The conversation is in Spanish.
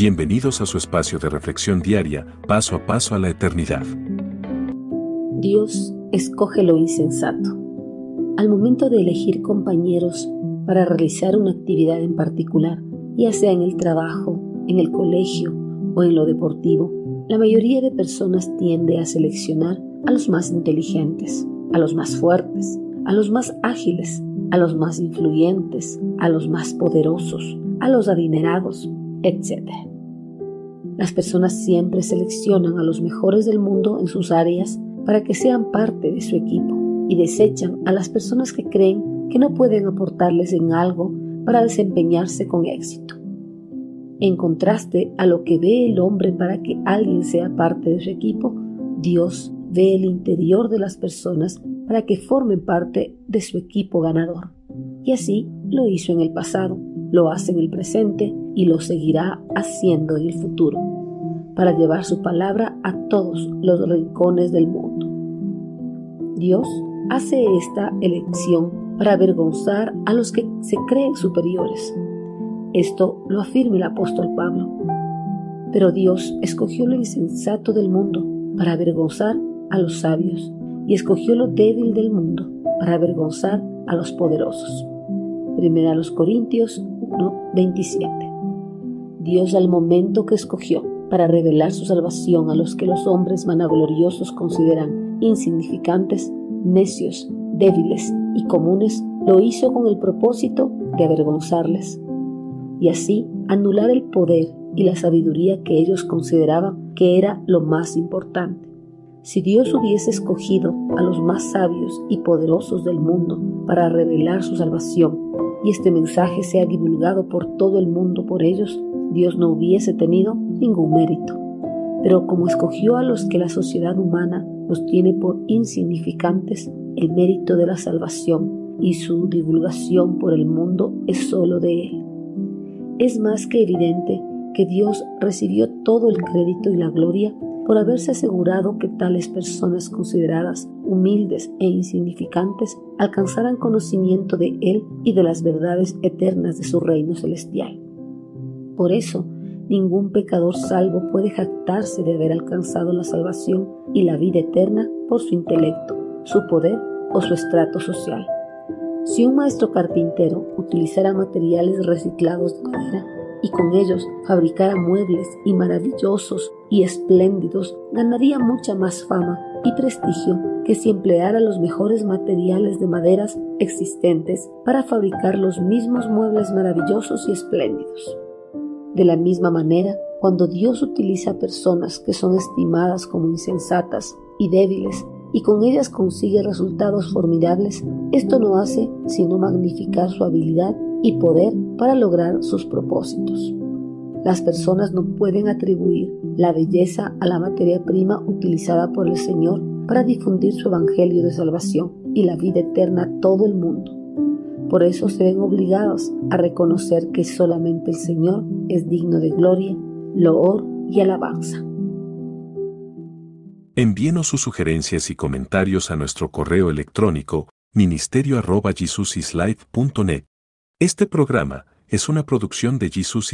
Bienvenidos a su espacio de reflexión diaria, paso a paso a la eternidad. Dios escoge lo insensato. Al momento de elegir compañeros para realizar una actividad en particular, ya sea en el trabajo, en el colegio o en lo deportivo, la mayoría de personas tiende a seleccionar a los más inteligentes, a los más fuertes, a los más ágiles, a los más influyentes, a los más poderosos, a los adinerados, etc. Las personas siempre seleccionan a los mejores del mundo en sus áreas para que sean parte de su equipo y desechan a las personas que creen que no pueden aportarles en algo para desempeñarse con éxito. En contraste a lo que ve el hombre para que alguien sea parte de su equipo, Dios ve el interior de las personas para que formen parte de su equipo ganador. Y así lo hizo en el pasado, lo hace en el presente y lo seguirá haciendo en el futuro, para llevar su palabra a todos los rincones del mundo. Dios hace esta elección para avergonzar a los que se creen superiores. Esto lo afirma el apóstol Pablo. Pero Dios escogió lo insensato del mundo para avergonzar a los sabios y escogió lo débil del mundo para avergonzar a los poderosos. 1 Corintios 1:27. Dios, al momento que escogió para revelar su salvación a los que los hombres vanagloriosos consideran insignificantes, necios, débiles y comunes, lo hizo con el propósito de avergonzarles y así anular el poder y la sabiduría que ellos consideraban que era lo más importante. Si Dios hubiese escogido a los más sabios y poderosos del mundo para revelar su salvación y este mensaje sea divulgado por todo el mundo por ellos, Dios no hubiese tenido ningún mérito. Pero como escogió a los que la sociedad humana los tiene por insignificantes, el mérito de la salvación y su divulgación por el mundo es solo de Él. Es más que evidente que Dios recibió todo el crédito y la gloria por haberse asegurado que tales personas consideradas humildes e insignificantes alcanzaran conocimiento de Él y de las verdades eternas de su reino celestial. Por eso, ningún pecador salvo puede jactarse de haber alcanzado la salvación y la vida eterna por su intelecto, su poder o su estrato social. Si un maestro carpintero utilizara materiales reciclados de madera y con ellos fabricara muebles y maravillosos y espléndidos, ganaría mucha más fama y prestigio que si empleara los mejores materiales de maderas existentes para fabricar los mismos muebles maravillosos y espléndidos. De la misma manera, cuando Dios utiliza a personas que son estimadas como insensatas y débiles y con ellas consigue resultados formidables, esto no hace sino magnificar su habilidad y poder para lograr sus propósitos. Las personas no pueden atribuir la belleza a la materia prima utilizada por el Señor para difundir su evangelio de salvación y la vida eterna a todo el mundo. Por eso se ven obligados a reconocer que solamente el Señor es digno de gloria, loor y alabanza. Envíenos sus sugerencias y comentarios a nuestro correo electrónico ministerio@jesusislife.net. Este programa es una producción de Jesus